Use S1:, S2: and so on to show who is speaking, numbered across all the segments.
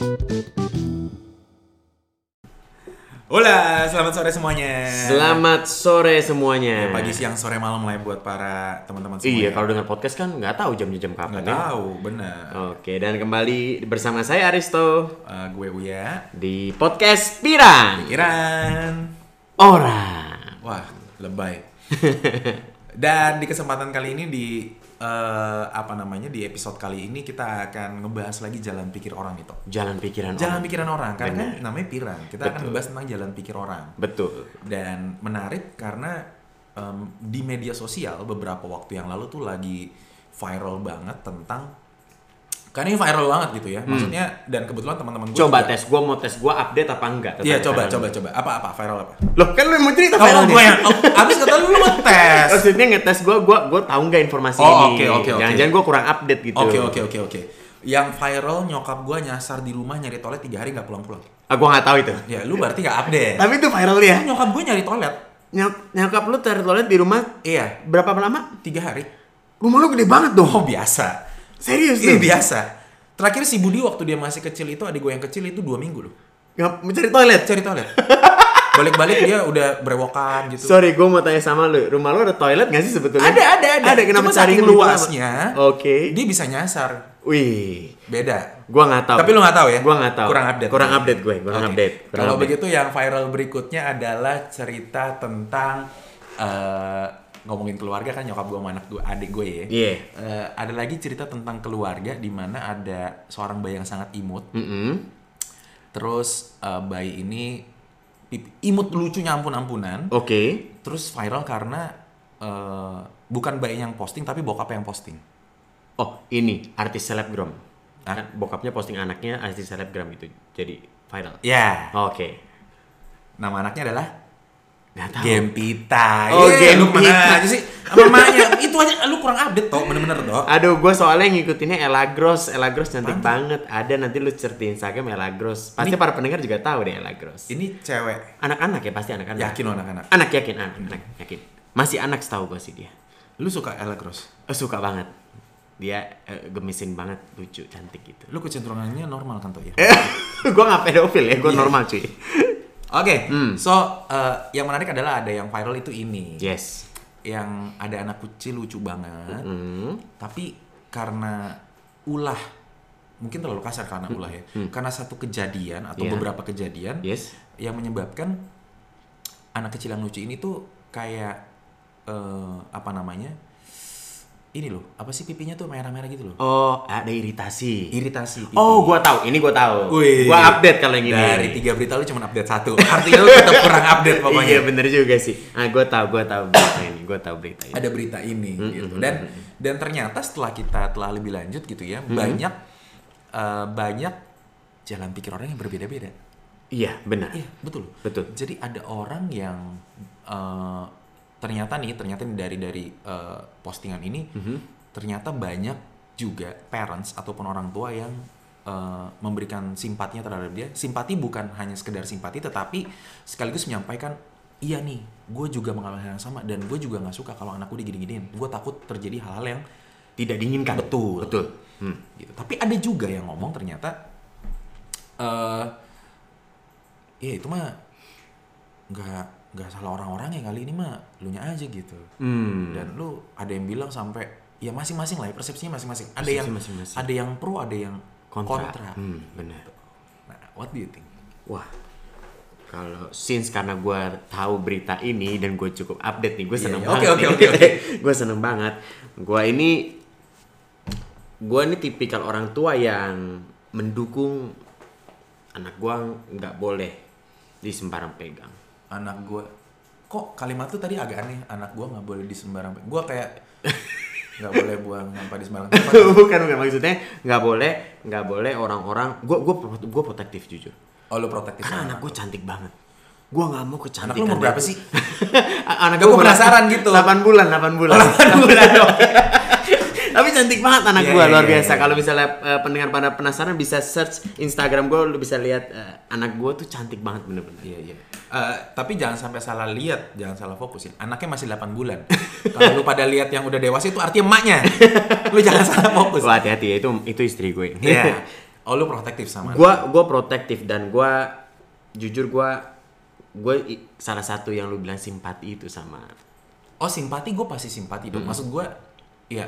S1: Hola, selamat sore semuanya.
S2: Selamat sore semuanya.
S1: Ya, pagi, siang, sore, malam lah buat para teman-teman semua.
S2: Iya, kalau dengar podcast kan nggak tahu jam kapan.
S1: Nggak tahu, benar.
S2: Oke, dan kembali bersama saya Aristo
S1: Gue Uya.
S2: di podcast Pirang
S1: Pikiran.
S2: Orang.
S1: Wah, lebay. Dan di kesempatan kali ini di episode kali ini kita akan ngebahas lagi jalan pikir orang itu.
S2: Jalan pikiran
S1: Orang. Karena kan
S2: Bener.
S1: namanya Pirang. Kita akan ngebahas tentang jalan pikir orang.
S2: Betul.
S1: Dan menarik karena di media sosial beberapa waktu yang lalu tuh lagi viral banget tentang, karena ini viral banget gitu ya. Maksudnya, dan kebetulan teman-teman gue
S2: Coba
S1: juga,
S2: tes gue update apa enggak?
S1: Iya, coba. Apa viral apa?
S2: Loh, kan lu yang mau cerita
S1: Kalau
S2: viralnya.
S1: gue yang abis kata lu ngetes.
S2: Maksudnya ngetes gue tahu nggak informasi ini?
S1: Oke.
S2: Jangan-jangan gue kurang update gitu.
S1: Oke. Yang viral nyokap gue nyasar di rumah nyari toilet 3 hari nggak pulang-pulang.
S2: Gue nggak tahu itu.
S1: Ya lu berarti nggak update.
S2: Tapi itu viral ya.
S1: Nyokap gue nyari toilet.
S2: Nyokap lu cari toilet di rumah
S1: Iya,
S2: berapa lama?
S1: 3 hari.
S2: Rumah lu gede banget dong.
S1: Oh, biasa.
S2: Serius
S1: Iya,
S2: tuh?
S1: biasa. Terakhir si Budi waktu dia masih kecil itu, adik gue yang kecil itu 2 minggu loh.
S2: Mencari toilet?
S1: Cari toilet. Balik-balik dia udah berewokan gitu.
S2: Sorry, gue mau tanya sama lu. Rumah lu ada toilet gak sih sebetulnya?
S1: Ada.
S2: Kenapa
S1: Cuma
S2: cari
S1: saking
S2: gitu
S1: luasnya,
S2: lama? Oke.
S1: dia bisa nyasar.
S2: Wih,
S1: Beda.
S2: gue nggak tahu.
S1: Tapi lu nggak tahu ya?
S2: Gue nggak tahu.
S1: Kurang update.
S2: Kurang update gue. Kurang
S1: Oke.
S2: update.
S1: Kalau begitu yang viral berikutnya adalah cerita tentang ngomongin keluarga kan, nyokap gue sama adik gue ya.
S2: Iya.
S1: Ada lagi cerita tentang keluarga di mana ada seorang bayi yang sangat imut. Terus bayi ini imut lucunya ampun-ampunan.
S2: Oke.
S1: Terus viral karena bukan bayi yang posting tapi bokapnya yang posting.
S2: Oh, ini artis selebgram.
S1: Hah?
S2: Kan bokapnya posting anaknya artis selebgram itu. Jadi viral.
S1: Ya.
S2: Oke.
S1: Nama anaknya adalah
S2: Nggak tahu.
S1: Gempita.
S2: Oh,
S1: Lu
S2: Gempita.
S1: mana aja sih? Sama emaknya. Itu aja lu kurang update toh, bener-bener toh.
S2: Aduh, gue soalnya ngikutinnya Ella Gross cantik
S1: Mantap.
S2: banget. Ada, nanti lu search di Instagram Ella Gross. Pasti para pendengar juga tahu deh Ella Gross.
S1: Ini cewek.
S2: Anak-anak ya, pasti anak-anak.
S1: Yakin lo anak-anak?
S2: Anak yakin. Masih anak setahu gue sih dia.
S1: Lu suka Ella Gross?
S2: Suka banget. Dia gemisin banget, lucu, cantik gitu.
S1: Lu kecenderungannya normal kan toh ya?
S2: Gue gak pedofil ya, gue
S1: Iya.
S2: normal cuy.
S1: Oke, so yang menarik adalah ada yang viral itu ini.
S2: Yes.
S1: Yang ada anak kecil lucu banget.
S2: Hmm.
S1: Tapi karena ulah, mungkin terlalu kasar karena ulah ya. Karena satu kejadian atau
S2: Yeah.
S1: beberapa kejadian
S2: Yes.
S1: yang menyebabkan anak kecil yang lucu ini tuh kayak ini loh, apa sih pipinya tuh merah-merah gitu loh.
S2: Oh, ada iritasi.
S1: Iritasi pipi.
S2: Oh, gue tahu. Ini gue tahu.
S1: Wih.
S2: Gue update kalau yang ini.
S1: Dari 3 berita lu cuma update 1. Artinya lu tetap kurang update pokoknya.
S2: Iya bener juga sih. Gue tahu berita ini.
S1: Ada berita ini gitu. Dan ternyata setelah kita telah lebih lanjut gitu ya, banyak jalan pikir orang yang berbeda-beda.
S2: Iya, benar.
S1: Iya, betul. Jadi ada orang yang ternyata nih dari postingan ini ternyata banyak juga parents ataupun orang tua yang memberikan simpatinya terhadap dia. Simpati bukan hanya sekedar simpati, tetapi sekaligus menyampaikan, iya nih, gue juga mengalami hal yang sama dan gue juga nggak suka kalau anakku digini-giniin. Gue takut terjadi hal-hal yang
S2: Tidak diinginkan.
S1: betul. Gitu. Tapi ada juga yang ngomong ternyata, ya itu mah nggak salah orang-orang ya, kali ini mah lu nya aja gitu. Dan lu ada yang bilang sampai ya masing-masing lah ya, persepsinya masing-masing. Ada yang pro, ada yang kontra.
S2: Benar.
S1: Nah, what do you think?
S2: Wah, kalau karena gue tahu berita ini dan gue cukup update nih, gue seneng
S1: Iya.
S2: banget.
S1: Oke.
S2: Gue seneng banget. Gue ini tipikal orang tua yang mendukung anak gue nggak boleh disembarang pegang.
S1: Anak gue, kok kalimat tuh tadi agak aneh. Anak gue nggak boleh di sembarang. Gue kayak nggak boleh buang sampah di sembarang tempat.
S2: bukan maksudnya nggak boleh orang-orang. Gue protektif jujur.
S1: Oh, lu protektif.
S2: Karena anak gue cantik banget. Gue nggak mau kecantikan.
S1: Anak lu umur berapa sih?
S2: Anak
S1: Gua penasaran gitu.
S2: 8 bulan. 8 bulan. Tapi cantik banget anak gue, luar biasa. Kalau misalnya pendengar pada penasaran bisa search Instagram gue, lu bisa lihat anak gue tuh cantik banget bener-bener.
S1: Iya. Tapi jangan sampai salah lihat, jangan salah fokusin. Anaknya masih 8 bulan. Kalau lu pada lihat yang udah dewasa itu artinya emaknya. Lu jangan salah fokus.
S2: Wah, hati-hati ya, itu istri gue.
S1: Iya. Oh, lu protektif sama
S2: Gue protektif dan gue jujur salah satu yang lu bilang simpati itu sama.
S1: Oh, simpati gue pasti simpati dong. Maksud gue ya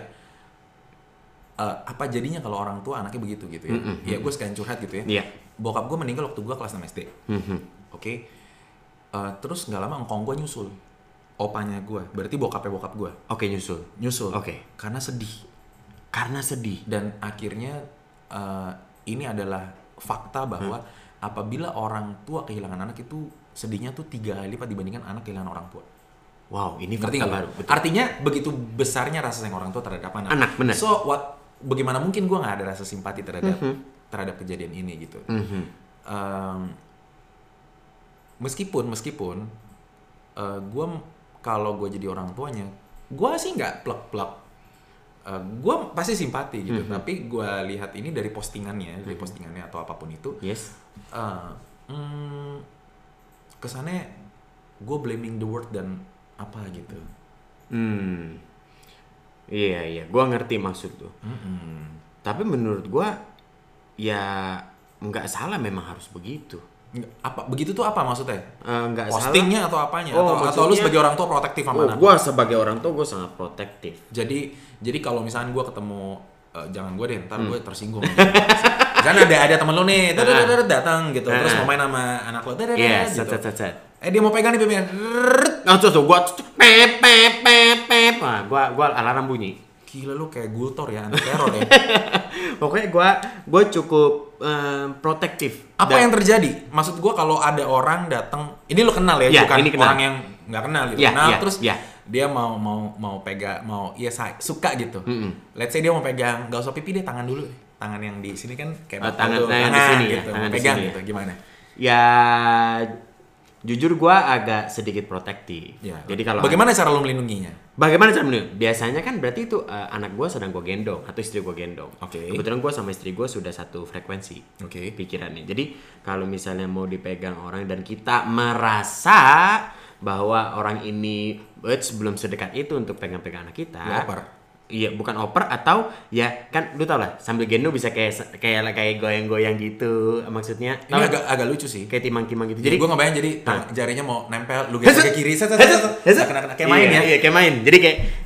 S1: apa jadinya kalau orang tua anaknya begitu gitu ya. Ya gue sekalian curhat gitu ya.
S2: Iya.
S1: Bokap gue meninggal waktu gue kelas 6 SD. Oke. Terus nggak lama engkong gue nyusul. Opanya gue, berarti bokap gue.
S2: Oke, nyusul. Oke.
S1: Karena sedih. Dan akhirnya ini adalah fakta bahwa apabila orang tua kehilangan anak itu sedihnya tuh 3 kali lipat dibandingkan anak kehilangan orang tua.
S2: Wow, ini
S1: Ngerti
S2: fakta
S1: nggak?
S2: baru. Betul.
S1: Artinya begitu besarnya rasa sayang orang tua terhadap anak.
S2: Benar.
S1: So bagaimana mungkin gue nggak ada rasa simpati terhadap kejadian ini gitu. Meskipun gue kalau gue jadi orang tuanya, gue sih nggak plek-plek. Gue pasti simpati gitu, tapi gue lihat ini dari postingannya atau apapun itu.
S2: Yes.
S1: Kesannya gue blaming the world dan apa gitu.
S2: Iya, gue ngerti maksud tuh. Tapi menurut gue ya nggak salah, memang harus begitu.
S1: Apa begitu tuh apa maksudnya?
S2: Nggak
S1: postingnya
S2: salah.
S1: Atau apanya?
S2: Oh,
S1: atau lu sebagai orang tua protektif sama anak?
S2: Gue sebagai orang tua gue sangat protektif.
S1: Jadi kalau misalnya gue ketemu jangan gue deh, ntar gue tersinggung. Misalnya ada temen lu nih, datang gitu, terus mau main sama anak lo, gitu. Dia mau pegang nih pimpin.
S2: Tuh gue pep. Nah, gue alarm bunyi.
S1: Gila lu kayak gultor ya, anti teror ya.
S2: Pokoknya gue cukup protektif.
S1: Apa yang terjadi? Maksud gue kalau ada orang datang, ini lu kenal ya, bukan orang yang nggak kenal gitu. Terus dia mau pegang, suka gitu. Let's say dia mau pegang, gak usah pipi deh, tangan dulu. Tangan yang di sini kan kayak
S2: tangan di sini
S1: gitu.
S2: Ya,
S1: pegang
S2: sini
S1: gitu, gimana?
S2: Ya jujur gue agak sedikit protektif.
S1: Ya.
S2: Jadi kalau
S1: bagaimana cara lo melindunginya?
S2: Biasanya kan berarti itu anak gue sedang gue gendong atau istri gue gendong.
S1: Okay.
S2: Kebetulan gue sama istri gue sudah satu frekuensi. Pikirannya. Jadi kalau misalnya mau dipegang orang dan kita merasa bahwa orang ini belum sedekat itu untuk pegang-pegang anak kita.
S1: Oper.
S2: Iya, bukan oper atau ya kan lu tau lah sambil gendong bisa kayak goyang-goyang gitu maksudnya.
S1: Ini agak lucu sih.
S2: Kayak timang-timang gitu.
S1: Jadi gue ngebayang jadi jarinya mau nempel, lu gesek ke kiri, kena kayak main ya.
S2: Iya, kayak main. Jadi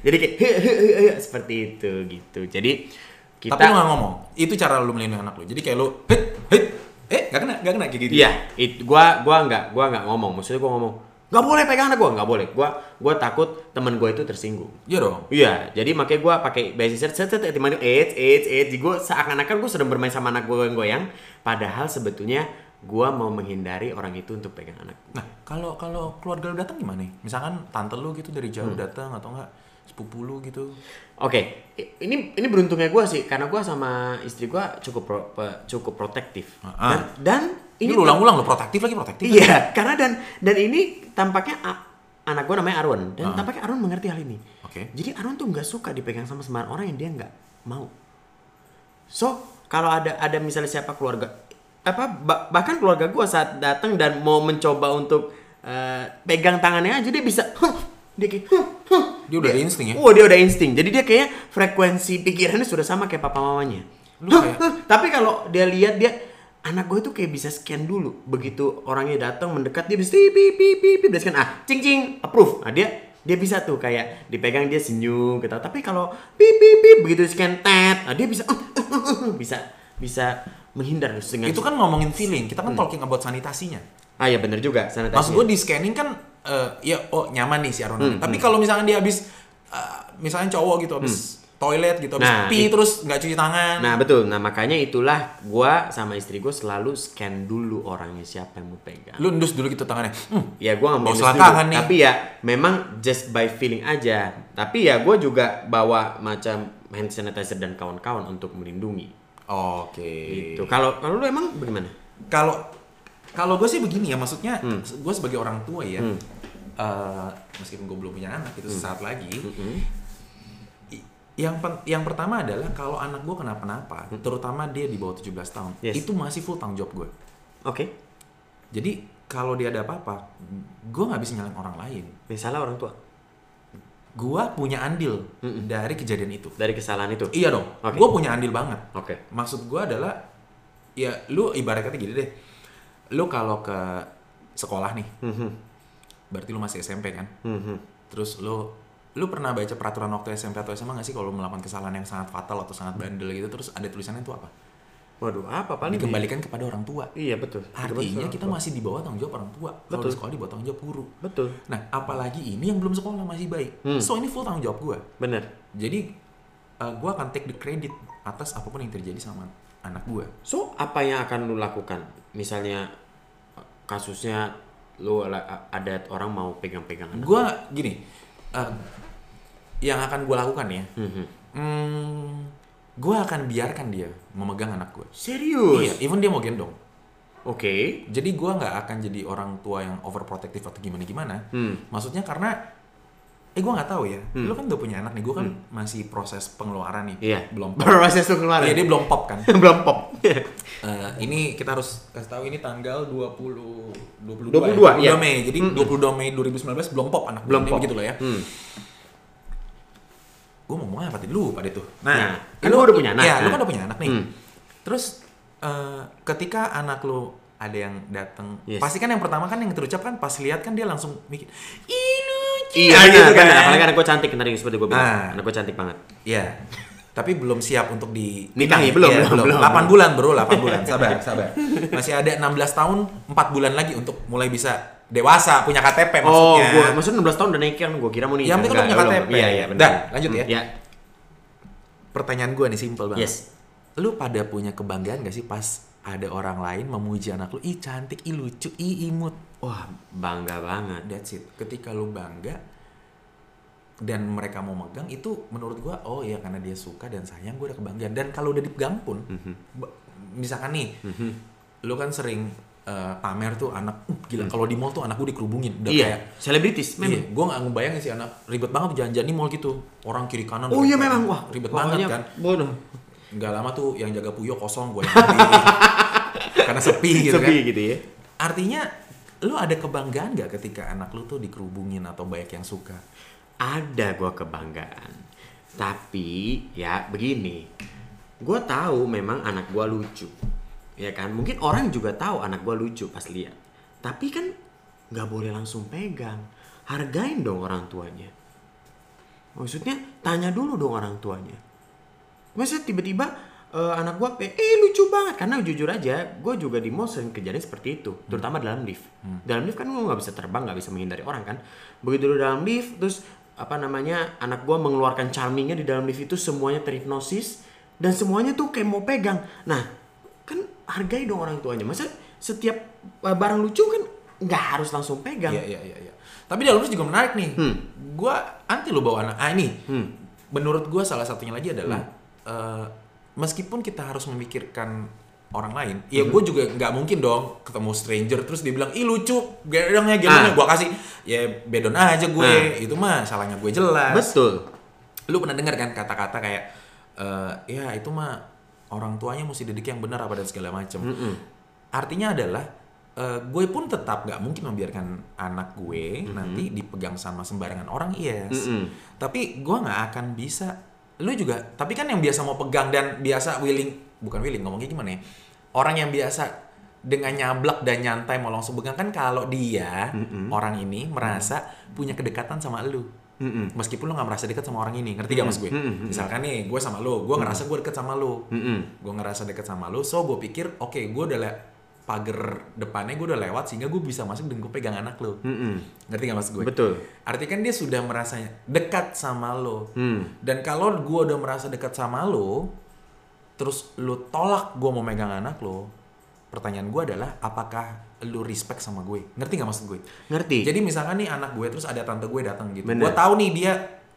S2: kayak seperti itu gitu. Jadi kita.
S1: Tapi lu nggak ngomong. Itu cara lu melindungi anak lu. Jadi kayak lu nggak kena kayak gitu.
S2: Iya, gua nggak ngomong. Maksudnya gua ngomong nggak boleh pegang anak gue, nggak boleh. Gue takut teman gue itu tersinggung.
S1: Iya dong.
S2: Iya, jadi makanya gue pakai basic set timang itu gue seakan-akan gue sedang bermain sama anak gue goyang, padahal sebetulnya gue mau menghindari orang itu untuk pegang anak.
S1: Nah, kalau keluarga lu datang gimana? Misalkan tante lu gitu dari jauh datang atau enggak sepupu lu gitu.
S2: Oke, ini beruntungnya gue sih, karena gue sama istri gue cukup protektif. Dan
S1: ini ulang-ulang lo protektif.
S2: Iya, karena dan ini tampaknya anak gue namanya Arun dan tampaknya Arun mengerti hal ini. Jadi Arun tuh nggak suka dipegang sama sembarang orang yang dia nggak mau. So kalau ada misalnya siapa keluarga bahkan keluarga gue saat datang dan mau mencoba untuk pegang tangannya aja dia bisa. Dia kayak
S1: dia udah ada insting ya.
S2: Dia udah insting. Jadi dia kayak frekuensi pikirannya sudah sama kayak papa mamanya. Tapi kalau dia lihat anak gue tuh kayak bisa scan dulu. Begitu orangnya datang mendekat dia bisa pip dia scan cing approve. Nah dia bisa tuh kayak dipegang dia senyum gitu. Tapi kalau pip begitu scan dia bisa menghindar dengan
S1: itu kan ngomongin feeling. Kita kan talking about sanitasinya.
S2: Ya benar juga sanitasi.
S1: Maksud gue di scanning kan nyaman nih si Arun. Tapi kalau misalnya dia habis misalnya cowok gitu habis toilet gitu habis terus nggak cuci tangan.
S2: Nah betul. Nah makanya itulah gue sama istri gue selalu scan dulu orangnya siapa yang mau pegang.
S1: Lu endus dulu gitu tangannya.
S2: Ya gue nggak mau endus dulu. Tapi ya memang just by feeling aja. Tapi ya gue juga bawa macam hand sanitizer dan kawan-kawan untuk melindungi. Gitu. Kalau lu emang bagaimana?
S1: Kalau gue sih begini ya, maksudnya gue sebagai orang tua ya, meskipun gue belum punya anak itu sesaat lagi. Yang pertama adalah kalau anak gue kenapa-napa, terutama dia di bawah 17 tahun, itu masih full tanggung jawab gue. Jadi kalau dia ada apa-apa, gue nggak bisa nyalain orang lain.
S2: Misalnya orang tua.
S1: Gue punya andil dari kejadian itu.
S2: Dari kesalahan itu?
S1: Iya dong. Gue punya andil banget. Maksud gue adalah ya lu ibaratnya gini deh. Lu kalau ke sekolah nih, berarti lu masih SMP kan? Terus lu pernah baca peraturan waktu SMP atau SMA nggak sih kalau melakukan kesalahan yang sangat fatal atau sangat bandel gitu, terus ada tulisannya itu apa?
S2: Waduh, apa paling
S1: dikembalikan kepada orang tua.
S2: Iya, betul.
S1: Artinya kita masih di bawah tanggung jawab orang tua. Kalau di sekolah di bawah tanggung jawab guru.
S2: Betul.
S1: Nah, apalagi ini yang belum sekolah masih bayi. So ini full tanggung jawab gue.
S2: Bener.
S1: Jadi gue akan take the credit atas apapun yang terjadi sama anak gue.
S2: So apa yang akan lu lakukan? Misalnya kasusnya lu ada orang mau pegang-pegang anak.
S1: Gue gini, yang akan gue lakukan ya. Gue akan biarkan dia memegang anak gue.
S2: Serius?
S1: Iya, even dia mau gendong.
S2: Oke.
S1: Jadi gue nggak akan jadi orang tua yang overprotective atau gimana-gimana. Maksudnya karena, gue nggak tahu ya. Lu kan udah punya anak nih, gue kan masih proses pengeluaran nih.
S2: Iya.
S1: Belum.
S2: Proses pengeluaran.
S1: Iya, dia belum pop kan.
S2: Belum pop.
S1: Ini kita harus kasih tahu ini tanggal 22
S2: ya?
S1: Mei. Jadi 22 Mei 2019 belum pop anak.
S2: Belum pop.
S1: Begitu loh ya. Gue mau ngomong apa tadi lupa deh tuh.
S2: Nah, kan lu udah punya anak.
S1: Iya, lu kan udah punya anak nih. Terus ketika anak lu ada yang datang, pasti kan yang pertama kan yang terucap kan pas lihat kan dia langsung mikir, ih lucu.
S2: Iya, gitu kan. Apalagi anak gue cantik, tadi seperti gue bilang. Anak gue cantik banget.
S1: Iya. Tapi belum siap untuk
S2: nikahi. Belum.
S1: 8 bulan bro, 8 bulan. Sabar. Masih ada 16 tahun, 4 bulan lagi untuk mulai bisa dewasa, punya KTP maksudnya.
S2: Oh, maksudnya 16 tahun udah nikah, gue kira mau nikah.
S1: Yang penting kan punya KTP.
S2: Iya, benar.
S1: Dan lanjut ya.
S2: Iya.
S1: Pertanyaan gue nih simple banget.
S2: Yes.
S1: Lu pada punya kebanggaan gak sih pas ada orang lain memuji anak lu, ih cantik, ih lucu, ih imut.
S2: Wah, bangga banget.
S1: That's it. Ketika lu bangga dan mereka mau megang, itu menurut gua oh iya karena dia suka dan sayang, gua udah kebanggaan. Dan kalau udah dipegang pun, misalkan nih, lu kan sering pamer tuh anak, gila kalau di mall tuh anak gua dikerubungin, udah kayak
S2: selebritis memang.
S1: Iya, gua nggak ngebayangin sih anak ribet banget jalan-jalan di mall gitu, orang kiri kanan.
S2: Oh iya memang, wah
S1: ribet banget kan.
S2: Bodoh.
S1: Nggak lama tuh yang jaga Puyo kosong, gua yang karena sepi gitu kan.
S2: Sepi gitu ya.
S1: Artinya lu ada kebanggaan nggak ketika anak lu tuh dikerubungin atau banyak yang suka?
S2: Ada gue kebanggaan, tapi ya begini, gue tahu memang anak gue lucu, ya kan? Mungkin orang juga tahu anak gue lucu pas lihat, tapi kan nggak boleh langsung pegang, hargain dong orang tuanya. Maksudnya tanya dulu dong orang tuanya. Maksudnya tiba-tiba anak gue lucu banget, karena jujur aja gue juga di mall sering kejadian seperti itu, terutama dalam lift. Dalam lift kan gue nggak bisa terbang, nggak bisa menghindari orang kan. Begitu lu dalam lift, terus anak gue mengeluarkan charmingnya di dalam lift itu, semuanya terhipnosis dan semuanya tuh kayak mau pegang. Nah kan hargai dong orang tuanya. Masa setiap barang lucu kan nggak harus langsung pegang.
S1: Iya. Tapi dalam lift juga menarik nih. Gue anti lo bawa anak. Ini menurut gue salah satunya lagi adalah meskipun kita harus memikirkan orang lain, ya gue juga nggak mungkin dong ketemu stranger terus dia bilang ih lucu gendongnya gue kasih, ya bedon aja gue. Itu mah salahnya gue jelas.
S2: Betul.
S1: Lu pernah dengar kan kata-kata kayak ya itu mah orang tuanya mesti didik yang benar apa dan segala macam. Artinya adalah gue pun tetap nggak mungkin membiarkan anak gue nanti dipegang sama sembarangan orang, yes. Tapi gue nggak akan bisa. Lu juga, tapi kan yang biasa mau pegang dan biasa bukan willing, ngomongnya gimana ya? Orang yang biasa dengan nyablak dan nyantai mau langsung pegang kan, kalau dia orang ini merasa punya kedekatan sama lu. Meskipun lu gak merasa dekat sama orang ini, ngerti gak mas gue? Misalkan nih, gue sama lu, gue ngerasa gue deket sama lu. Gue ngerasa deket sama lu, so gue pikir, oke, gue udah pagar depannya gue udah lewat sehingga gue bisa masuk dan gue pegang anak lu. Ngerti gak mas gue?
S2: Betul.
S1: Artinya kan dia sudah merasa dekat sama lu. Dan kalau gue udah merasa dekat sama lu, terus lu tolak gue mau megang anak lu, pertanyaan gue adalah apakah lu respect sama gue? Ngerti gak maksud gue?
S2: Ngerti.
S1: Jadi misalkan nih anak gue terus ada tante gue datang gitu. Gue tahu nih dia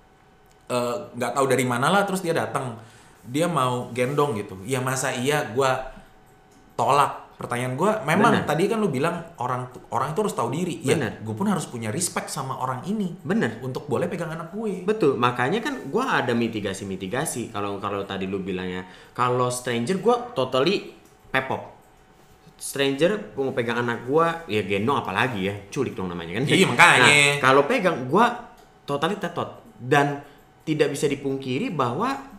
S1: nggak tahu dari mana lah, terus dia datang, dia mau gendong gitu. Ya masa iya gue tolak? Pertanyaan gue, memang tadi kan lu bilang orang itu harus tahu diri. Ya, gue pun harus punya respect sama orang ini.
S2: Bener.
S1: Untuk boleh pegang anak gue.
S2: Betul. Makanya kan gue ada mitigasi. Kalau tadi lu bilangnya, kalau stranger gue totally pepop. Stranger mau pegang anak gue, ya gendong apalagi ya, culik dong namanya kan.
S1: Iya makanya.
S2: Nah, kalau pegang gue totally tetot. Dan tidak bisa dipungkiri bahwa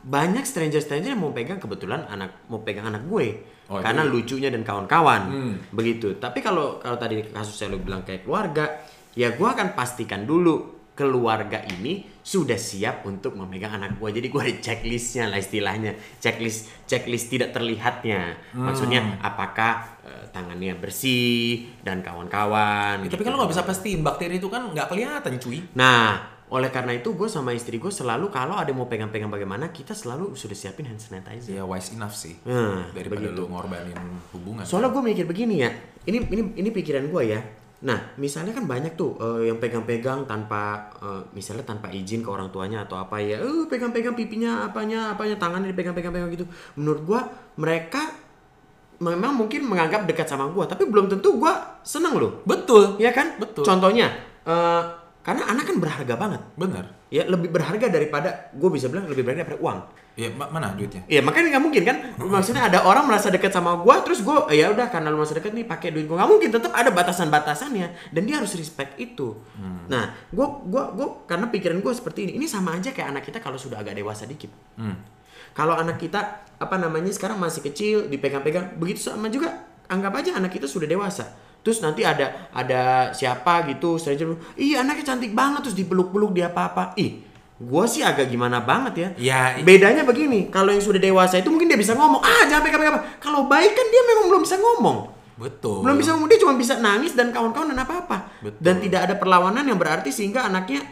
S2: banyak stranger yang mau pegang pegang anak gue.
S1: Oh,
S2: karena
S1: iya.
S2: lucunya dan kawan-kawan. Begitu. Tapi kalau tadi kasusnya lo bilang kayak keluarga, ya gue akan pastikan dulu keluarga ini sudah siap untuk memegang anak gue. Jadi gue ada checklistnya lah istilahnya. Checklist tidak terlihatnya. Maksudnya apakah tangannya bersih dan kawan-kawan.
S1: Ya, tapi kan lo nggak bisa pastiin, bakteri itu kan nggak kelihatan cuy.
S2: Nah, oleh karena itu gue sama istri gue selalu kalau ada mau pegang-pegang bagaimana, kita selalu sudah siapin hand sanitizer.
S1: Ya wise enough sih.
S2: begitu.
S1: Daripada lu ngorbanin hubungan.
S2: Soalnya gue mikir begini ya, ini pikiran gue ya. Nah, misalnya kan banyak tuh yang pegang-pegang tanpa misalnya tanpa izin ke orang tuanya atau apa ya, pegang-pegang pipinya apanya tangannya dipegang-pegang gitu. Menurut gue mereka memang mungkin menganggap dekat sama gue, tapi belum tentu gue seneng loh.
S1: Betul.
S2: Iya kan?
S1: Betul.
S2: Contohnya, karena anak kan berharga banget.
S1: Bener.
S2: Ya lebih berharga daripada, gue bisa bilang lebih berharga daripada uang.
S1: Ya mana duitnya?
S2: Iya makanya nggak mungkin kan. Maksudnya ada orang merasa dekat sama gue, terus gue ya udah karena lu merasa dekat nih pakai duit gue. Nggak mungkin, tetap ada batasan-batasannya dan dia harus respect itu. Nah, gue karena pikiran gue seperti ini sama aja kayak anak kita kalau sudah agak dewasa dikit. Kalau anak kita sekarang masih kecil dipegang-pegang, begitu sama juga anggap aja anak kita sudah dewasa. Terus nanti ada siapa gitu stranger, anaknya cantik banget, terus dipeluk-peluk dia apa-apa. Gue sih agak gimana banget ya. Bedanya begini, kalau yang sudah dewasa itu mungkin dia bisa ngomong, jangan pegang-pegang. Kalau baik kan dia memang belum bisa ngomong.
S1: Betul.
S2: Belum bisa ngomong, dia cuma bisa nangis dan kawan-kawan dan apa-apa.
S1: Betul.
S2: Dan tidak ada perlawanan yang berarti sehingga anaknya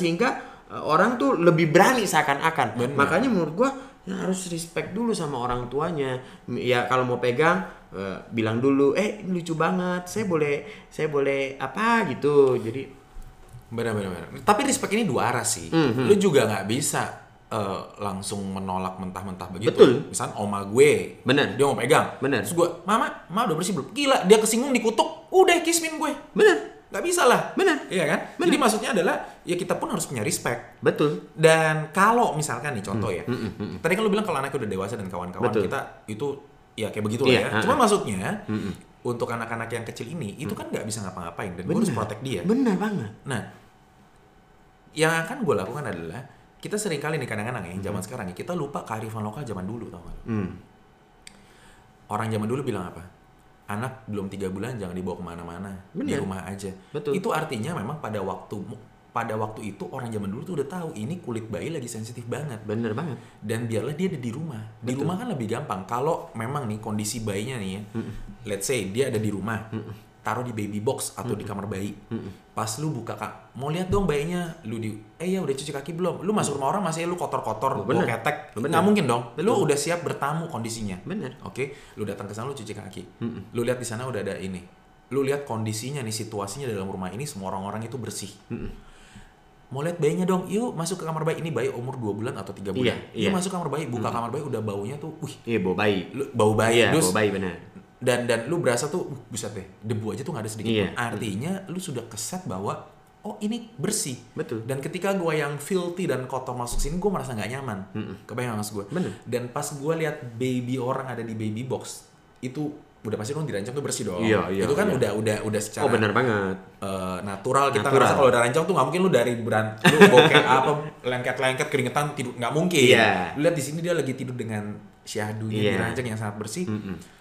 S2: orang tuh lebih berani seakan-akan.
S1: Bener.
S2: Makanya menurut gue harus respect dulu sama orang tuanya. Ya kalau mau pegang bilang dulu, ini lucu banget, saya boleh apa gitu. Jadi
S1: benar. Tapi respect ini dua arah sih. Lu juga nggak bisa langsung menolak mentah-mentah begitu.
S2: Betul.
S1: Misalnya oma gue,
S2: bener,
S1: dia mau pegang.
S2: Bener.
S1: Terus gue, mama udah bersih belum? Gila, dia kesinggung dikutuk, udah kismin gue.
S2: Bener.
S1: Nggak bisa lah.
S2: Bener.
S1: Iya kan?
S2: Bener.
S1: Jadi maksudnya adalah ya kita pun harus punya respect.
S2: Betul.
S1: Dan kalau misalkan nih contoh ya, tadi kan lu bilang kalau anaknya udah dewasa dan kawan-kawan,
S2: betul,
S1: kita itu ya kayak begitulah ya. Cuma maksudnya untuk anak-anak yang kecil ini itu kan nggak bisa ngapa-ngapain dan gue harus protect dia.
S2: Bener banget.
S1: Nah, yang akan gue lakukan adalah kita sering kali nih kadang-kadang ya zaman sekarang ya, kita lupa kearifan lokal zaman dulu, tau gak? Orang zaman dulu bilang apa? Anak belum 3 bulan jangan dibawa kemana-mana, di rumah aja.
S2: Betul.
S1: Itu artinya memang pada waktu itu orang zaman dulu tuh udah tahu ini kulit bayi lagi sensitif banget.
S2: Bener banget.
S1: Dan biarlah dia ada di rumah. Di rumah kan lebih gampang. Kalau memang nih kondisi bayinya nih ya, let's say dia ada di rumah, taruh di baby box atau di kamar bayi. Pas lu buka mau lihat dong bayinya, lu ya udah cuci kaki belum? Lu masuk rumah orang masih lu kotor-kotor, bawa ketek. Nggak mungkin dong. Lu udah siap bertamu kondisinya.
S2: Bener.
S1: Oke, lu datang ke sana lu cuci kaki. Lu lihat di sana udah ada ini. Lu lihat kondisinya nih, situasinya dalam rumah ini semua orang-orang itu bersih. Mau lihat bayinya dong, yuk masuk ke kamar bayi. Ini bayi umur 2 bulan atau 3 bulan. Yuk masuk kamar bayi, buka kamar bayi udah baunya tuh,
S2: Iya, bau bayi.
S1: Bau bayi.
S2: Iya, bau bayi benar.
S1: Dan lu berasa tuh, buset deh, debu aja tuh nggak ada sedikit pun. Artinya lu sudah keset bahwa ini bersih.
S2: Betul.
S1: Dan ketika gue yang filthy dan kotor masuk sini, gue merasa nggak nyaman. Kebayang maksud gue.
S2: Bener.
S1: Dan pas gue lihat baby orang ada di baby box, itu udah pasti dong dirancang tuh bersih dong.
S2: Iya,
S1: itu kan udah secara
S2: benar banget.
S1: Natural kita ngerasa kalau udah rancang tuh nggak mungkin lu dari lu bokeh apa lengket keringetan tidur, nggak mungkin. Lu lihat di sini dia lagi tidur dengan syahadunya dirancang yang sangat bersih.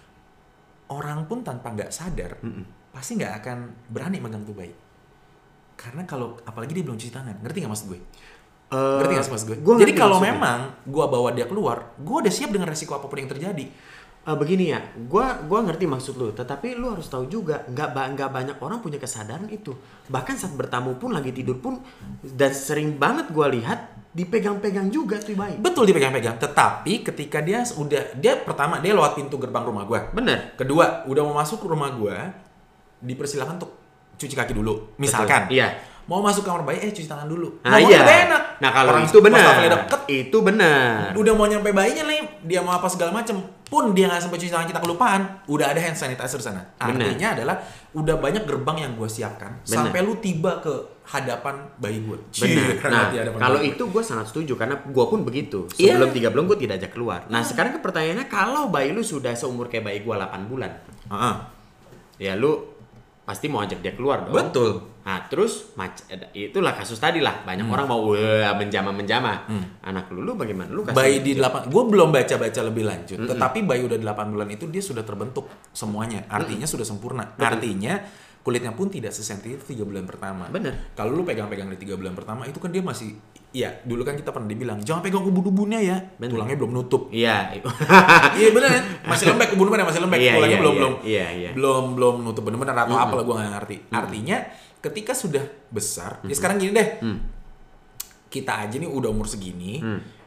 S1: Orang pun tanpa nggak sadar pasti nggak akan berani megang tuh bayi. Karena kalau apalagi dia belum cuci tangan, ngerti nggak maksud gue? Ngerti nggak maksud gue? Jadi kalau memang gue bawa dia keluar, gue udah siap dengan resiko apapun yang terjadi.
S2: Begini ya, gua ngerti maksud lu, tetapi lu harus tahu juga nggak banyak orang punya kesadaran itu. Bahkan saat bertamu pun lagi tidur pun, dan sering banget gua lihat dipegang-pegang juga tuh bayi.
S1: Betul dipegang-pegang, tetapi ketika dia pertama dia lewat pintu gerbang rumah gua.
S2: Bener.
S1: Kedua, udah mau masuk ke rumah gua, dipersilakan untuk cuci kaki dulu. Misalkan.
S2: Betul. Iya.
S1: Mau masuk kamar bayi, cuci tangan dulu.
S2: Iya.
S1: Udah enak.
S2: Nah kalau
S1: orang
S2: itu benar.
S1: Itu benar. Udah mau nyampe bayinya nih, dia mau apa segala macem, pun dia nggak sampai cuci tangan, kita kelupaan, udah ada hand sanitizer sana. Artinya adalah udah banyak gerbang yang gue siapkan sampai lu tiba ke hadapan bayi gue.
S2: Benar. Nah kalau itu gue sangat setuju karena gue pun begitu. Sebelum 3 bulan gue tidak ajak keluar. Nah sekarang ke pertanyaannya, kalau bayi lu sudah seumur kayak bayi gue 8 bulan, ya lu pasti mau ajak dia keluar dong.
S1: Betul.
S2: Nah terus itulah kasus tadi lah, banyak orang mau menjama. Anak lu bagaimana? Lu kasih
S1: bayi di 8, gue belum baca lebih lanjut, tetapi bayi udah 8 bulan itu dia sudah terbentuk semuanya, artinya sudah sempurna. Artinya kulitnya pun tidak sesensitif 3 bulan pertama.
S2: Bener.
S1: Kalau lu pegang-pegang di 3 bulan pertama itu kan dia masih, ya dulu kan kita pernah dibilang jangan pegang ubun-ubunnya ya. Bener. Tulangnya belum nutup.
S2: Iya.
S1: Iya bener kan? Masih lembek ubun-ubunnya, masih lembek. Tulangnya belum nutup bener-bener atau apalah gue nggak ngerti. Artinya ketika sudah besar, ya sekarang gini deh. Kita aja nih udah umur segini.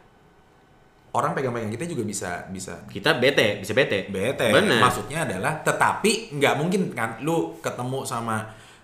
S1: Orang pegang-pegang kita juga bisa
S2: kita bisa bete.
S1: Bener. Maksudnya adalah, tetapi nggak mungkin kan lu ketemu sama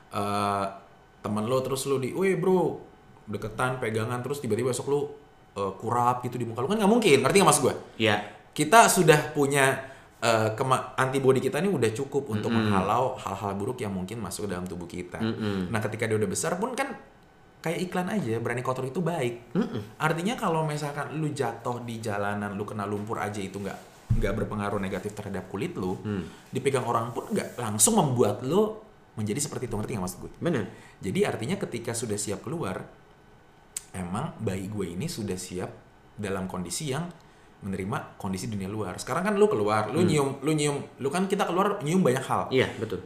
S1: temen lu terus lu weh bro deketan pegangan terus tiba-tiba besok lu kurap gitu di muka lu, kan nggak mungkin. Ngerti nggak maksud gue?
S2: Iya.
S1: Kita sudah punya antibodi kita ini udah cukup untuk menghalau hal-hal buruk yang mungkin masuk ke dalam tubuh kita. Nah ketika dia udah besar pun kan kayak iklan aja, berani kotor itu baik. Artinya kalau misalkan lu jatuh di jalanan, lu kena lumpur aja itu nggak berpengaruh negatif terhadap kulit lu, dipegang orang pun nggak langsung membuat lu menjadi seperti itu. Ngerti nggak maksud gue?
S2: Benar.
S1: Jadi artinya ketika sudah siap keluar, emang bayi gue ini sudah siap dalam kondisi yang menerima kondisi dunia luar. Sekarang kan lu keluar, lu nyium, lu kan kita keluar nyium banyak hal.
S2: Iya betul.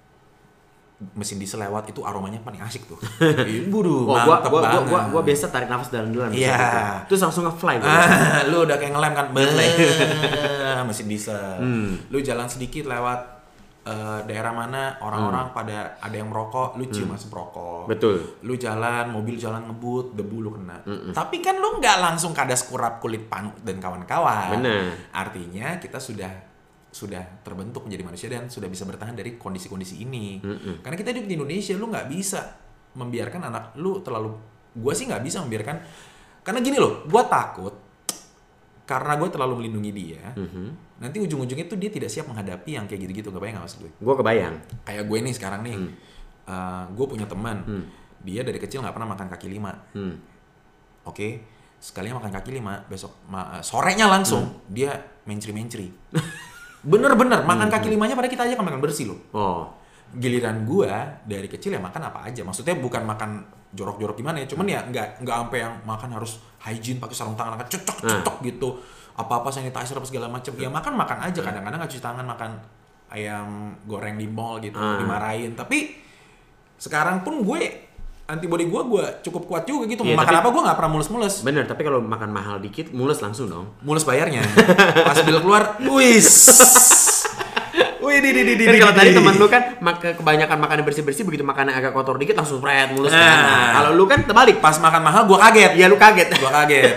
S1: Mesin diesel lewat itu aromanya paling asik tuh. Buru,
S2: mantep banget. Gua biasa tarik nafas dalam-dalam.
S1: Iya.
S2: Terus langsung nge-fly.
S1: Lu udah kayak ngelem kan, mesin diesel. Lu jalan sedikit lewat daerah mana orang-orang pada ada yang merokok, lu cium asap rokok.
S2: Betul.
S1: Lu jalan, mobil jalan ngebut, debu lu kena. Tapi kan lu nggak langsung kadas kurap kulit panu dan kawan-kawan.
S2: Bener.
S1: Artinya kita sudah terbentuk menjadi manusia dan sudah bisa bertahan dari kondisi-kondisi ini. Karena kita hidup di Indonesia, lu nggak bisa membiarkan anak lu gue sih nggak bisa membiarkan, karena gini loh, gue takut karena gue terlalu melindungi dia, nanti ujung-ujungnya tuh dia tidak siap menghadapi yang kayak gitu-gitu. Kebayang nggak maksud gue? Gue
S2: kebayang.
S1: Kayak gue nih sekarang nih, gue punya teman, dia dari kecil nggak pernah makan kaki lima. Oke, sekalinya makan kaki lima, besok sorenya langsung dia mencri-mencri. Bener-bener makan kaki limanya pada kita aja kan makan bersih loh. Giliran gua dari kecil ya makan apa aja. Maksudnya bukan makan jorok-jorok gimana ya, cuman ya nggak sampai yang makan harus hygiene pakai sarung tangan cocok gitu. Apa-apa sanitizer apa segala macam. Ya makan aja, kadang-kadang nggak cuci tangan, makan ayam goreng di mall gitu, dimarahin. Tapi sekarang pun antibody gue cukup kuat juga gitu. Makan apa gue nggak pernah mules-mules.
S2: Bener, tapi kalau makan mahal dikit mules langsung dong.
S1: Mules bayarnya. Pas bill keluar, wis.
S2: Kan kalau tadi teman lu kan kebanyakan makannya bersih-bersih, begitu makannya agak kotor dikit langsung mulus kan. Kalau lu kan terbalik,
S1: pas makan mahal gue kaget.
S2: Iya lu kaget.
S1: Gue kaget.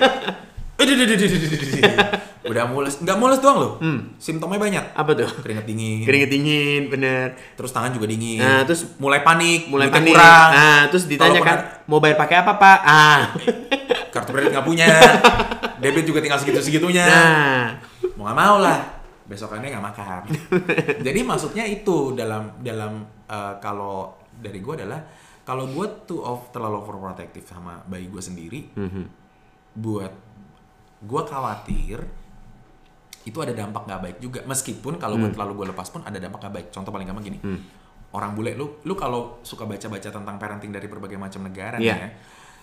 S1: Udah mules, nggak mules doang loh. Simptomnya banyak.
S2: Apa tuh?
S1: Keringet dingin,
S2: bener.
S1: Terus tangan juga dingin.
S2: Nah, terus
S1: mulai panik.
S2: Kurang. Nah, terus ditanyakan mau bayar pakai apa pak?
S1: Kartu kredit nggak punya, debit juga tinggal segitunya.
S2: Nah,
S1: mau nggak mau lah. Besokannya nggak makan. Jadi maksudnya itu dalam kalau dari gue adalah kalau gue terlalu overprotective sama bayi gue sendiri, buat gue khawatir itu ada dampak nggak baik juga. Meskipun kalau gue terlalu gue lepas pun ada dampak nggak baik. Contoh paling gampang gini, orang bule lu kalau suka baca-baca tentang parenting dari berbagai macam negara nih ya.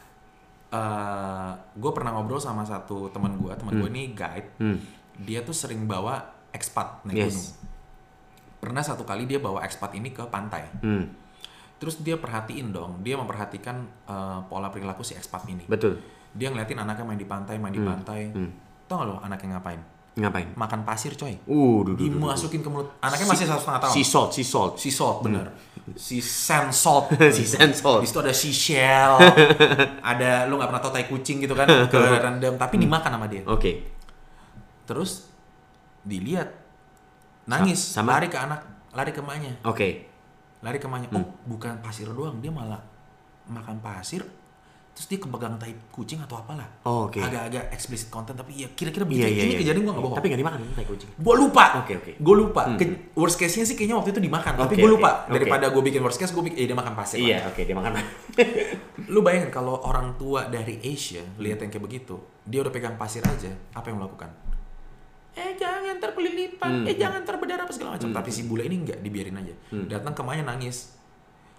S1: Gue pernah ngobrol sama satu teman gue ini guide. Dia tuh sering bawa expat naik gunung. Pernah satu kali dia bawa expat ini ke pantai. Terus dia dia memperhatikan pola perilaku si expat ini.
S2: Betul.
S1: Dia ngeliatin anaknya main di pantai. Tau gak lo anaknya ngapain? Makan pasir coy. Dimasukin ke mulut. Anaknya masih 1,5 tahun. Sea salt bener. Sea sand salt. Di situ ada seashell. Ada lu nggak pernah tau tai kucing gitu kan? Kerendam tapi dimakan sama dia.
S2: Oke.
S1: Terus dilihat nangis, lari ke emaknya. Lari ke emaknya. Bukan pasir doang, dia malah makan pasir. Terus dia kepegang tai kucing atau apalah. Agak-agak eksplisit konten tapi ya kira-kira begitu. Ini kejadian gue nggak bohong.
S2: Tapi nggak dimakan tai kucing.
S1: Gue lupa. Gue lupa. Worst case-nya sih kayaknya waktu itu dimakan. Tapi gue lupa. Daripada gue bikin worst case, gue bikin dia makan pasir.
S2: Iya, dia makan.
S1: Lu bayangin kalau orang tua dari Asia lihat yang kayak begitu, dia udah pegang pasir aja, apa yang melakukan? Jangan terkelilipan, jangan terberdarah apa segala macam. Tapi si bule ini nggak, dibiarin aja. Datang ke emaknya nangis.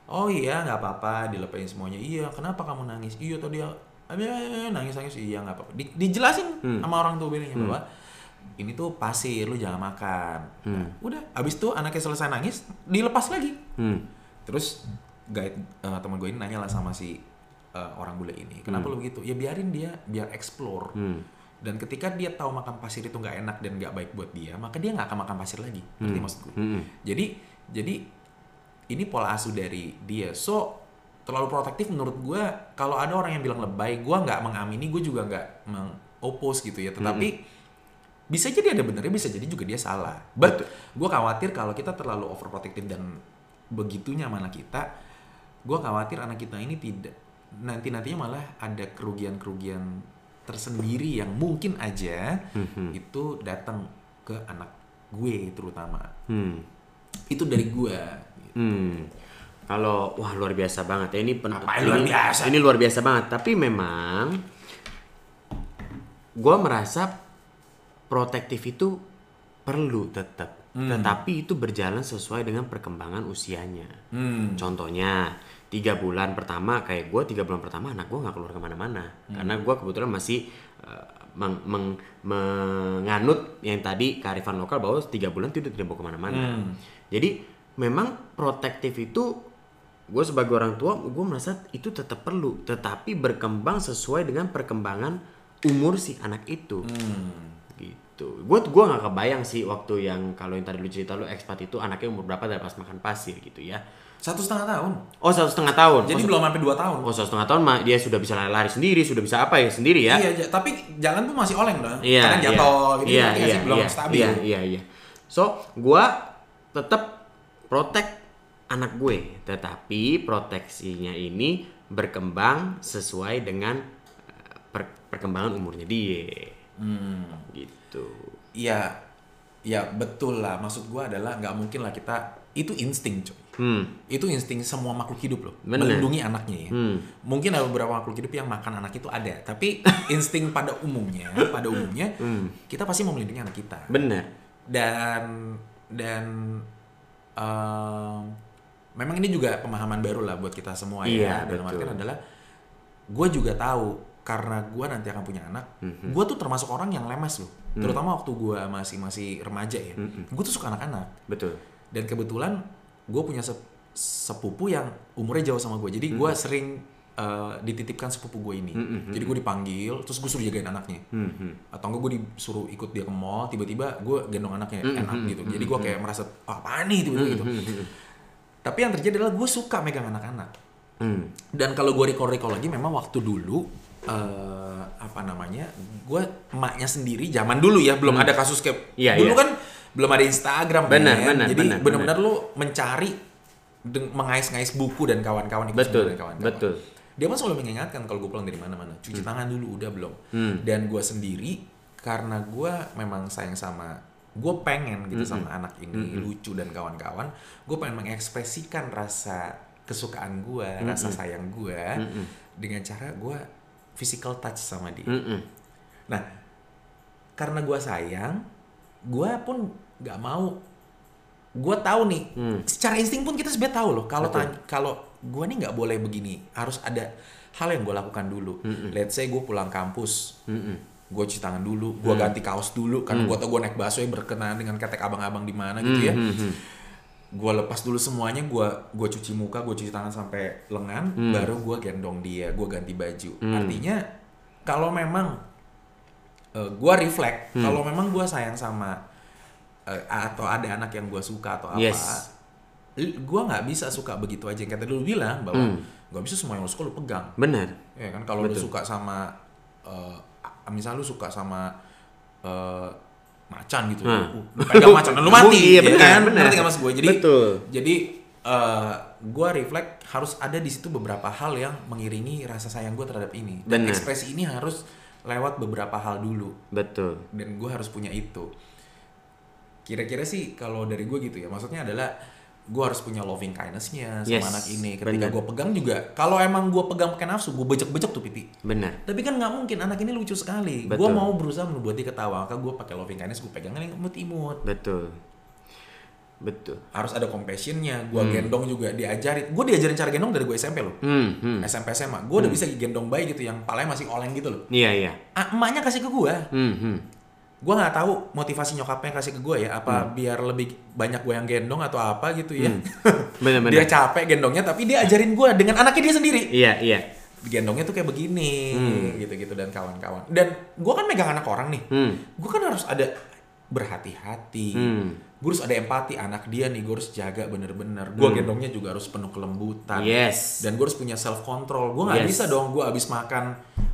S1: Oh iya nggak apa-apa, dilepain semuanya. Iya kenapa kamu nangis? Iya tadi nangis iya nggak apa-apa. Dijelasin sama orang tua bilangnya bahwa ini tuh pasir, lu jangan makan. Nah, udah, abis itu anaknya selesai nangis, dilepas lagi. Terus guide teman gue ini nanya lah sama si orang bule ini, kenapa lu begitu? Ya biarin dia, biar explore. Dan ketika dia tahu makan pasir itu nggak enak dan nggak baik buat dia, maka dia nggak akan makan pasir lagi. Ngerti maksud gue? Jadi ini pola asuh dari dia. So terlalu protektif menurut gue. Kalau ada orang yang bilang lebay, gue nggak mengamini, gue juga nggak meng-oppose gitu ya. Tetapi bisa jadi ada benernya, bisa jadi juga dia salah. But gue khawatir kalau kita terlalu overprotective dan begitunya sama anak kita, gue khawatir anak kita ini tidak nantinya malah ada kerugian tersendiri yang mungkin aja itu datang ke anak gue terutama. Itu dari gue.
S2: Kalau wah luar biasa banget ya ini
S1: ini
S2: luar biasa banget. Tapi memang gue merasa protektif itu perlu tetap. Tetapi itu berjalan sesuai dengan perkembangan usianya. Contohnya 3 bulan pertama, kayak gue 3 bulan pertama anak gue gak keluar kemana-mana. Karena gue kebetulan masih menganut yang tadi kearifan lokal bahwa 3 bulan itu tidak bawa kemana-mana. Jadi memang protektif itu, gue sebagai orang tua gue merasa itu tetap perlu. Tetapi berkembang sesuai dengan perkembangan umur si anak itu. Gitu. Gue gak kebayang sih waktu yang kalau yang tadi lu cerita lu ekspat itu anaknya umur berapa dari pas makan pasir gitu ya.
S1: 1,5 tahun.
S2: Oh 1,5 tahun.
S1: Jadi belum sampai 2 tahun.
S2: Oh 1,5 tahun dia sudah bisa lari sendiri, sudah bisa apa ya sendiri ya.
S1: Iya, tapi jalan tuh masih oleng dong.
S2: Iya,
S1: karena jatuh gitu
S2: iya,
S1: belum stabil.
S2: Iya. So gue tetap protect anak gue, tetapi proteksinya ini berkembang sesuai dengan perkembangan umurnya dia. Gitu. Ya betul lah. Maksud gue adalah nggak mungkin lah kita itu insting coy. Itu insting semua makhluk hidup loh. Melindungi anaknya ya. Mungkin ada beberapa makhluk hidup yang makan anak itu ada, tapi insting pada umumnya kita pasti mau melindungi anak kita. Benar.
S1: Dan memang ini juga pemahaman baru lah buat kita semua ya. Dalam artian adalah gue juga tahu karena gue nanti akan punya anak, gue tuh termasuk orang yang lemes loh. Terutama waktu gue masih remaja ya. Gue tuh suka anak-anak.
S2: Betul.
S1: Dan kebetulan gue punya sepupu yang umurnya jauh sama gue. Jadi gue sering dititipkan sepupu gue ini. Jadi gue dipanggil, terus gue suruh jagain anaknya. Atau enggak gue disuruh ikut dia ke mall, tiba-tiba gue gendong anaknya enak gitu. Jadi gue kayak merasa, apaan nih tiba-tiba gitu. Tapi yang terjadi adalah gue suka megang anak-anak. Dan kalau gue recall lagi, memang waktu dulu gue emaknya sendiri zaman dulu ya, belum ada kasus kayak dulu kan belum ada Instagram. Jadi benar-benar lu mencari mengais-ngais buku dan kawan-kawan ikut dan kawan-kawan.
S2: Betul.
S1: Dia mah selalu mengingatkan kalau gue pulang dari mana-mana, cuci tangan dulu, udah belum. Dan gue sendiri karena gue memang sayang sama, gue pengen gitu sama anak ini lucu dan kawan-kawan, gue pengen mengekspresikan rasa kesukaan gue, rasa sayang gue dengan cara gue physical touch sama dia. Nah, karena gue sayang, gue pun nggak mau. Gue tahu nih, secara insting pun kita sebenarnya tahu loh. Kalau gue nih nggak boleh begini, harus ada hal yang gue lakukan dulu. Let's say gue pulang kampus, gue cuci tangan dulu, gue ganti kaos dulu, karena gue tau gue naik busway berkenaan dengan ketek abang-abang di mana gitu ya. Gue lepas dulu semuanya, gue cuci muka, gue cuci tangan sampai lengan, baru gue gendong dia, gue ganti baju. Artinya kalau memang gue reflect, kalau memang gue sayang sama atau ada anak yang gue suka atau apa, gue nggak bisa suka begitu aja. Yang kata dulu bilang bahwa nggak bisa semua yang lu suka lu pegang.
S2: Benar.
S1: Ya kan, kalau lu suka sama misal lu suka sama macan gitu, lu pegang macan dan lu mati,
S2: iya,
S1: kan?
S2: Bener.
S1: Ngerti nggak mas gue? Jadi gue reflect harus ada di situ beberapa hal yang mengiringi rasa sayang gue terhadap ini. Dan ekspresi ini harus lewat beberapa hal dulu.
S2: Betul.
S1: Dan gue harus punya itu. Kira-kira sih kalau dari gue gitu ya, maksudnya adalah gue harus punya loving kindness-nya sama anak ini. Ketika gue pegang juga, kalau emang gue pegang pakai nafsu, gue bejek-bejek tuh pipi.
S2: Benar.
S1: Tapi kan nggak mungkin, anak ini lucu sekali. Gue mau berusaha membuat dia ketawa, maka gue pakai loving kindness, gue pegangin imut-imut.
S2: Betul. Betul.
S1: Harus ada compassion-nya. Gue gendong juga diajarin. Gue diajarin cara gendong dari gue SMP loh. SMP SMA. Gue udah bisa gendong bayi gitu yang palanya masih oleng gitu loh.
S2: Iya.
S1: Emaknya kasih ke gue. Gue nggak tahu motivasi nyokapnya kasih ke gue ya. Apa biar lebih banyak gue yang gendong atau apa gitu ya.
S2: Bener-bener.
S1: Dia capek gendongnya tapi dia ajarin gue dengan anaknya dia sendiri.
S2: Iya.
S1: Gendongnya tuh kayak begini, gitu-gitu dan kawan-kawan. Dan gue kan megang anak orang nih, gue kan harus ada berhati-hati, gue harus ada empati. Anak dia nih gue harus jaga bener-bener. Gue gendongnya juga harus penuh kelembutan.
S2: Yes.
S1: Dan gue harus punya self control. Gue nggak bisa dong gue abis makan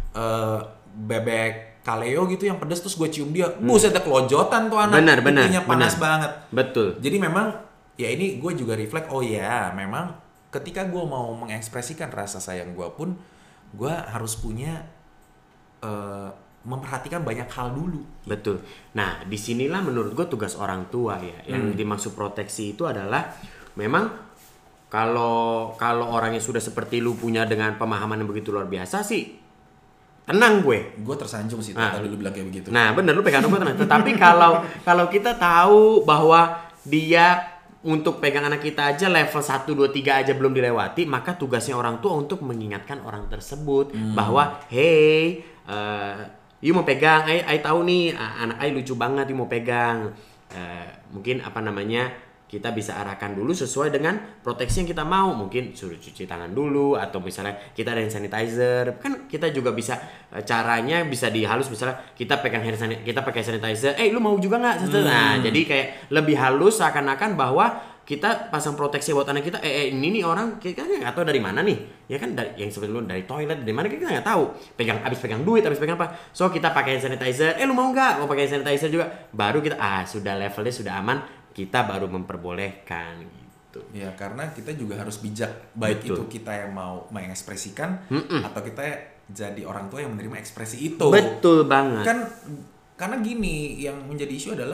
S1: bebek kaleo gitu yang pedas terus gue cium dia, buset ada kelojotan tuh anak. Pipinya panas banget.
S2: Betul.
S1: Jadi memang ya ini gue juga reflect. Oh ya, memang ketika gue mau mengekspresikan rasa sayang gue pun gue harus punya memperhatikan banyak hal dulu.
S2: Betul. Nah, disinilah menurut gue tugas orang tua ya. Yang dimaksud proteksi itu adalah memang kalau orangnya sudah seperti lu punya dengan pemahaman yang begitu luar biasa sih, tenang gue.
S1: Gue tersanjung sih tadi lu bilang kayak begitu.
S2: Nah, bener lu pegang gue tenang. Tetapi kalau kita tahu bahwa dia untuk pegang anak kita aja level 1, 2, 3 aja belum dilewati, maka tugasnya orang tua untuk mengingatkan orang tersebut bahwa hey, you mau pegang, I tahu nih anak I lucu banget, you mau pegang. Mungkin kita bisa arahkan dulu sesuai dengan proteksi yang kita mau. Mungkin suruh cuci tangan dulu, atau misalnya kita ada hand sanitizer. Kan kita juga bisa caranya bisa dihalus, misalnya kita pegang kita pakai sanitizer. Lu mau juga nggak? Nah, jadi kayak lebih halus seakan-akan bahwa kita pasang proteksi buat anak kita. Ini nih orang kita nggak tahu dari mana nih, ya kan, yang seperti lu dari toilet, dari mana kita nggak tahu. Abis pegang duit, abis pegang apa? So kita pakai hand sanitizer. Lu mau nggak? Mau pakai hand sanitizer juga. Baru kita sudah levelnya sudah aman. Kita baru memperbolehkan gitu.
S1: Ya karena kita juga harus bijak, baik itu kita yang mau mengekspresikan atau kita jadi orang tua yang menerima ekspresi itu.
S2: Betul banget.
S1: Kan karena gini, yang menjadi isu adalah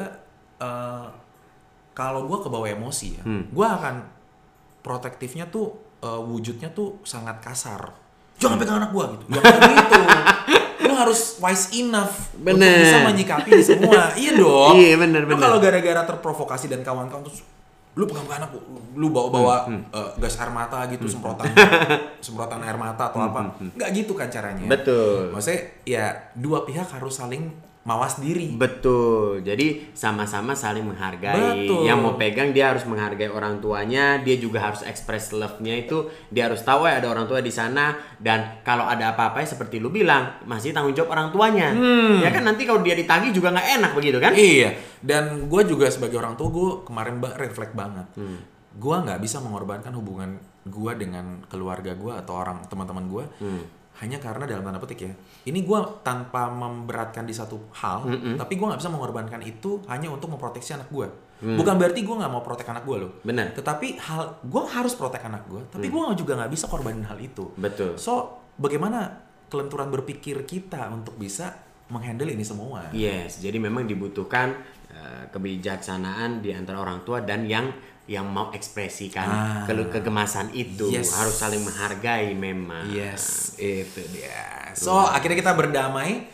S1: kalau gue kebawa emosi ya, gue akan protektifnya tuh wujudnya tuh sangat kasar. Jangan pegang anak gue gitu. Jangan gitu. Lu harus wise enough untuk bisa menyikapi semua. Iya dong.
S2: Iya bener.
S1: Lu kalau gara-gara terprovokasi dan kawan-kawan terus lu pegang anak lu bawa gas air mata gitu, semprotan air mata atau apa. Nggak gitu kan caranya.
S2: Betul.
S1: Maksudnya ya dua pihak harus saling mawas diri.
S2: Betul. Jadi sama-sama saling menghargai.
S1: Betul.
S2: Yang mau pegang dia harus menghargai orang tuanya, dia juga harus express love-nya itu, dia harus tahu ada orang tua di sana, dan kalau ada apa-apa seperti lu bilang, masih tanggung jawab orang tuanya. Ya kan, nanti kalau dia ditagih juga nggak enak begitu kan?
S1: Iya. Dan gue juga sebagai orang tua, gue kemarin reflect banget. Gue nggak bisa mengorbankan hubungan gue dengan keluarga gue atau orang teman-teman gue. Hanya karena dalam tanda petik ya, ini gue tanpa memberatkan di satu hal, tapi gue nggak bisa mengorbankan itu hanya untuk memproteksi anak gue. Bukan berarti gue nggak mau protek anak gue loh.
S2: Benar.
S1: Tetapi gue harus protek anak gue, tapi gue juga nggak bisa korbanin hal itu.
S2: Betul.
S1: So bagaimana kelenturan berpikir kita untuk bisa menghandle ini semua?
S2: Yes, jadi memang dibutuhkan kebijaksanaan di antara orang tua dan yang mau ekspresikan kegemasan itu. Harus saling menghargai memang.
S1: Yes, itu dia. So akhirnya kita berdamai,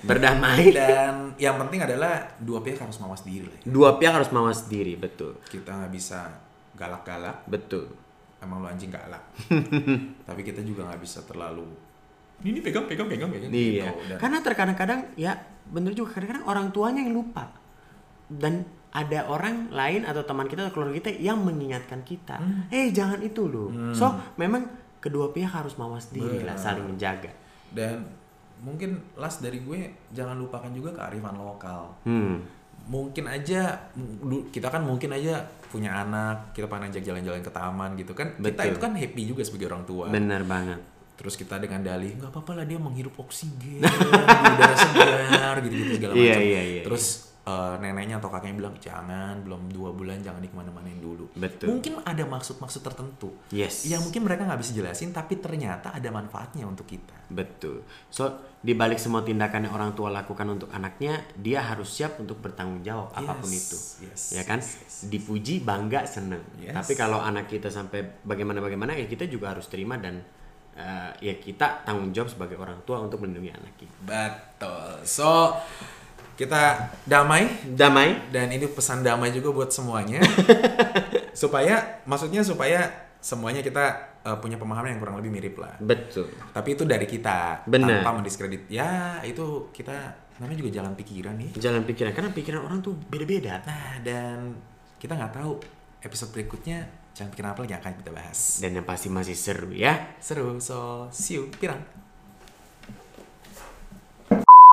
S1: dan yang penting adalah dua pihak harus mawas diri lah.
S2: Dua pihak harus mawas diri, betul.
S1: Kita nggak bisa galak-galak.
S2: Betul.
S1: Emang lu anjing galak. Tapi kita juga nggak bisa terlalu ini pegang
S2: Iya.
S1: gitu.
S2: Karena terkadang-kadang ya bener juga, kadang-kadang orang tuanya yang lupa. Dan ada orang lain atau teman kita atau keluarga kita yang mengingatkan kita, jangan itu loh. So memang kedua pihak harus mawas diri lah, saling menjaga.
S1: Dan mungkin last dari gue, jangan lupakan juga kearifan lokal. Mungkin aja kita kan mungkin aja punya anak, kita pengen ajak jalan-jalan ke taman gitu kan.
S2: Betul.
S1: Kita itu kan happy juga sebagai orang tua.
S2: Bener banget.
S1: Terus kita dengan dalih, nggak apa-apa lah dia menghirup oksigen, di udara segar, gitu-gitu segala macam.
S2: Iya.
S1: Terus neneknya atau kakeknya bilang jangan, belum 2 bulan jangan dikemana-manain dulu.
S2: Betul.
S1: Mungkin ada maksud-maksud tertentu.
S2: Yes.
S1: Yang mungkin mereka nggak bisa jelasin, tapi ternyata ada manfaatnya untuk kita.
S2: Betul. So di balik semua tindakan yang orang tua lakukan untuk anaknya, dia harus siap untuk bertanggung jawab apapun itu.
S1: Yes.
S2: Ya kan? Dipuji, bangga, seneng.
S1: Yes.
S2: Tapi kalau anak kita sampai bagaimana ya kita juga harus terima, dan ya kita tanggung jawab sebagai orang tua untuk melindungi anak kita.
S1: Betul. So kita damai,
S2: Damai.
S1: dan ini pesan damai juga buat semuanya. maksudnya supaya semuanya kita punya pemahaman yang kurang lebih mirip lah.
S2: Betul.
S1: Tapi itu dari kita.
S2: Benar.
S1: Tanpa mendiskredit. Ya itu kita namanya juga jalan pikiran nih.
S2: Jalan pikiran, karena pikiran orang tuh beda-beda.
S1: Nah, dan kita nggak tahu episode berikutnya jalan pikiran apa lagi yang akan kita bahas.
S2: Dan yang pasti masih seru ya.
S1: Seru, so see you, pirang.